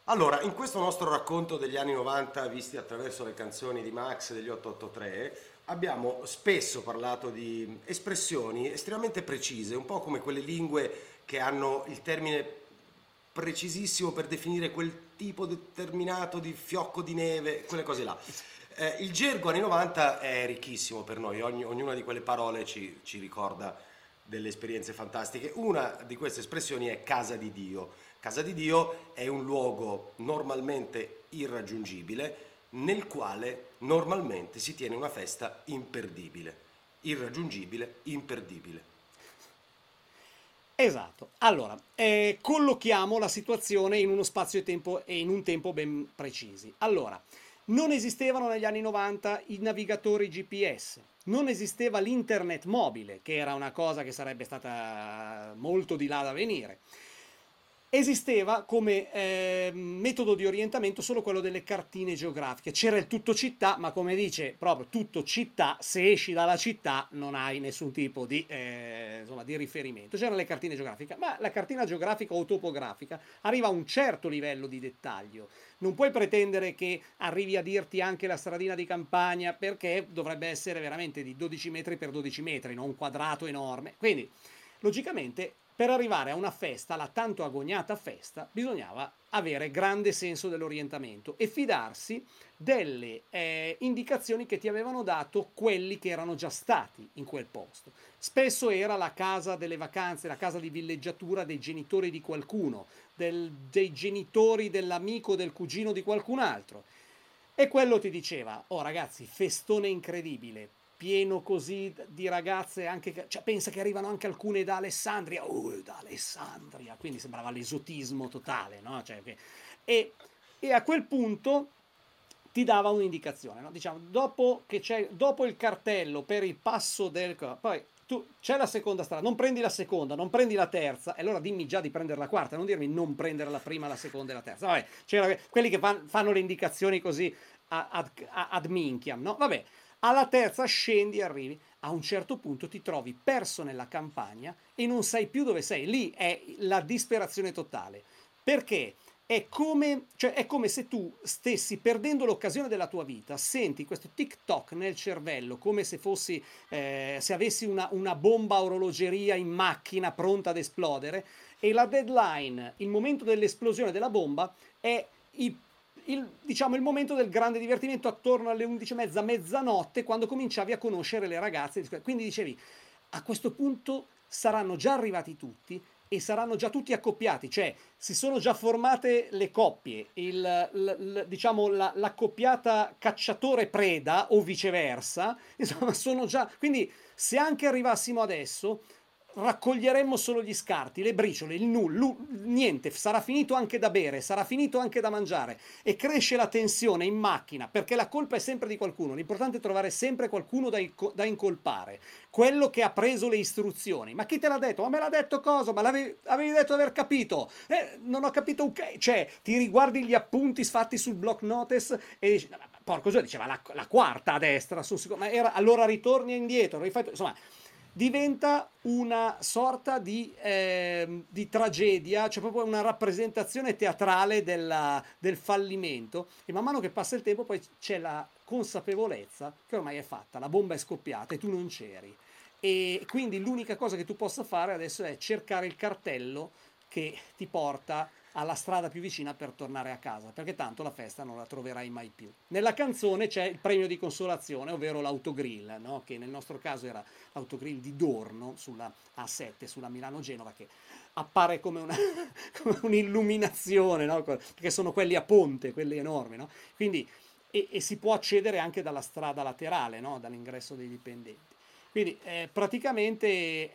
Allora, in questo nostro racconto degli anni 90, visti attraverso le canzoni di Max degli 883, abbiamo spesso parlato di espressioni estremamente precise, un po' come quelle lingue che hanno il termine precisissimo per definire quel tipo determinato di fiocco di neve, quelle cose là. Il gergo anni 90 è ricchissimo per noi, ognuna di quelle parole ci ricorda delle esperienze fantastiche. Una di queste espressioni è casa di Dio. Casa di Dio è un luogo normalmente irraggiungibile nel quale normalmente si tiene una festa imperdibile. Irraggiungibile, imperdibile. Esatto. Allora, collochiamo la situazione in uno spazio e tempo e in un tempo ben precisi. Allora, non esistevano negli anni 90 i navigatori GPS, non esisteva l'internet mobile, che era una cosa che sarebbe stata molto di là da venire. Esisteva come metodo di orientamento solo quello delle cartine geografiche. C'era il tutto città, ma come dice proprio tutto città, se esci dalla città non hai nessun tipo di, insomma, di riferimento. C'erano le cartine geografiche, ma la cartina geografica o topografica arriva a un certo livello di dettaglio. Non puoi pretendere che arrivi a dirti anche la stradina di campagna perché dovrebbe essere veramente di 12 metri per 12 metri, non un quadrato enorme. Quindi, logicamente, per arrivare a una festa, la tanto agognata festa, bisognava avere grande senso dell'orientamento e fidarsi delle indicazioni che ti avevano dato quelli che erano già stati in quel posto. Spesso era la casa delle vacanze, la casa di villeggiatura dei genitori di qualcuno, dei genitori dell'amico, del cugino di qualcun altro. E quello ti diceva, oh ragazzi, festone incredibile, pieno così di ragazze, anche, cioè, pensa che arrivano anche alcune da Alessandria, da Alessandria, quindi sembrava l'esotismo totale, no? E, e a quel punto ti dava un'indicazione, no? Diciamo, dopo il cartello per il passo del... Poi c'è la seconda strada, non prendi la seconda, non prendi la terza, e allora dimmi già di prendere la quarta, non dirmi non prendere la prima, la seconda e la terza. Vabbè, c'era quelli che fanno le indicazioni così ad minchiam, no? Vabbè, alla terza scendi e arrivi. A un certo punto ti trovi perso nella campagna e non sai più dove sei. Lì è la disperazione totale. Perché? È come se tu stessi perdendo l'occasione della tua vita, senti questo tic-toc nel cervello, come se fossi, se avessi una bomba a orologeria in macchina pronta ad esplodere, e la deadline, il momento dell'esplosione della bomba, è il, diciamo, il momento del grande divertimento attorno alle 11:30, mezzanotte, quando cominciavi a conoscere le ragazze. Quindi dicevi, a questo punto saranno già arrivati tutti e saranno già tutti accoppiati, cioè si sono già formate le coppie, diciamo l'accoppiata cacciatore-preda o viceversa, insomma sono già... Quindi se anche arrivassimo adesso raccoglieremmo solo gli scarti, le briciole, il nulla, niente, sarà finito anche da bere, sarà finito anche da mangiare e cresce la tensione in macchina perché la colpa è sempre di qualcuno, l'importante è trovare sempre qualcuno da incolpare, quello che ha preso le istruzioni. Ma chi te l'ha detto? Ma me l'ha detto cosa? Ma avevi detto di aver capito? Non ho capito ok. Cioè, ti riguardi gli appunti fatti sul block notice e dici, no, porco giù, diceva la quarta a destra, ma era, allora ritorni indietro, rifai, insomma, diventa una sorta di tragedia, cioè proprio una rappresentazione teatrale del fallimento, e man mano che passa il tempo poi c'è la consapevolezza che ormai è fatta, la bomba è scoppiata e tu non c'eri. E quindi l'unica cosa che tu possa fare adesso è cercare il cartello che ti porta alla strada più vicina per tornare a casa, perché tanto la festa non la troverai mai più. Nella canzone c'è il premio di consolazione, ovvero l'autogrill, no? Che nel nostro caso era l'autogrill di Dorno sulla A7, sulla Milano-Genova, che appare come, come un'illuminazione, no? Perché sono quelli a ponte, quelli enormi, no? Quindi, e si può accedere anche dalla strada laterale, no? Dall'ingresso dei dipendenti. Quindi praticamente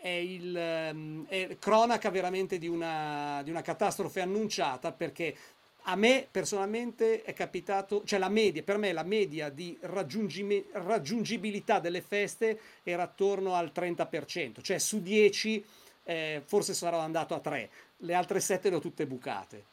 è cronaca veramente di una catastrofe annunciata, perché a me personalmente è capitato, cioè la media, per me la media di raggiungibilità delle feste era attorno al 30%, cioè su 10 forse sarò andato a 3, le altre 7 le ho tutte bucate.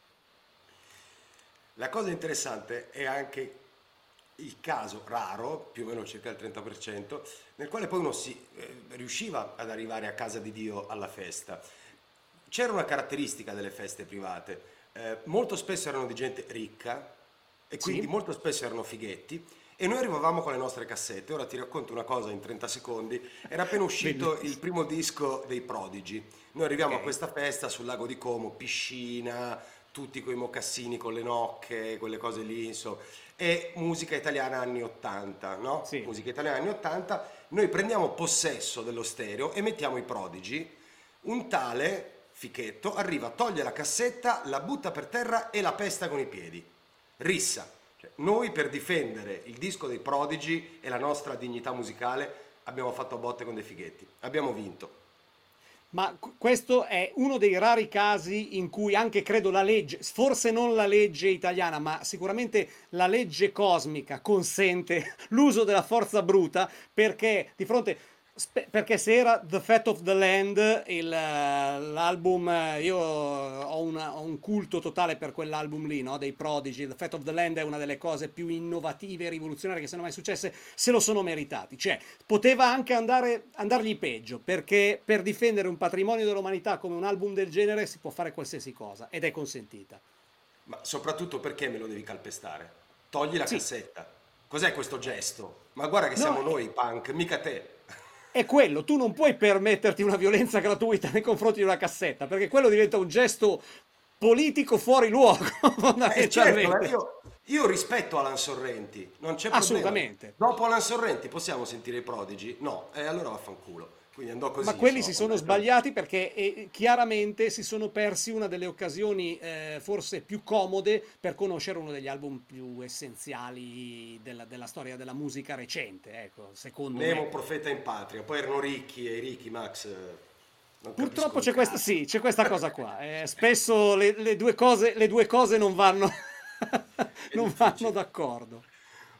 La cosa interessante è anche il caso raro, più o meno circa il 30%, nel quale poi uno riusciva ad arrivare a casa di Dio alla festa. C'era una caratteristica delle feste private. molto spesso erano di gente ricca e quindi Sì, molto spesso erano fighetti. E noi arrivavamo con le nostre cassette. Ora ti racconto una cosa in 30 secondi. Era appena uscito il bellissimo. primo disco dei Prodigy. Noi arriviamo a Ok, questa festa sul lago di Como, piscina, tutti coi mocassini con le nocche, quelle cose lì, insomma. E musica italiana anni 80, no? sì. Musica italiana anni 80. Noi prendiamo possesso dello stereo e mettiamo i Prodigy. Un tale Fichetto arriva, toglie la cassetta, la butta per terra e la pesta con i piedi. Rissa. Cioè, noi per difendere il disco dei Prodigy e la nostra dignità musicale abbiamo fatto a botte con dei fighetti. Abbiamo vinto. Ma questo è uno dei rari casi in cui anche credo la legge, forse non la legge italiana, ma sicuramente la legge cosmica consente l'uso della forza bruta perché di fronte, perché se era The Fat of the Land, l'album, io ho un culto totale per quell'album lì, no? Dei Prodigy. The Fat of the Land è una delle cose più innovative e rivoluzionarie che siano mai successe, se lo sono meritati. Cioè, poteva anche andargli peggio, perché per difendere un patrimonio dell'umanità come un album del genere si può fare qualsiasi cosa ed è consentita. Ma soprattutto perché me lo devi calpestare? Togli la Sì, cassetta. Cos'è questo gesto? Ma guarda che no, siamo noi i punk, mica te. è quello, tu non puoi permetterti una violenza gratuita nei confronti di una cassetta, perché quello diventa un gesto politico fuori luogo, Certo, fondamentalmente. io rispetto Alan Sorrenti, non c'è problema. Assolutamente. Dopo Alan Sorrenti possiamo sentire i Prodigy? No, e allora vaffanculo. Quindi andò Ma così, quelli insomma, si sono fondamentalmente. sbagliati perché chiaramente si sono persi una delle occasioni forse più comode per conoscere uno degli album più essenziali della storia della musica recente, ecco, secondo me. Nemo, profeta in patria. Poi erano ricchi e i ricchi, Max, non Purtroppo capiscono un cazzo. sì, c'è questa cosa qua. Spesso le due cose non vanno, È non vanno difficile. d'accordo.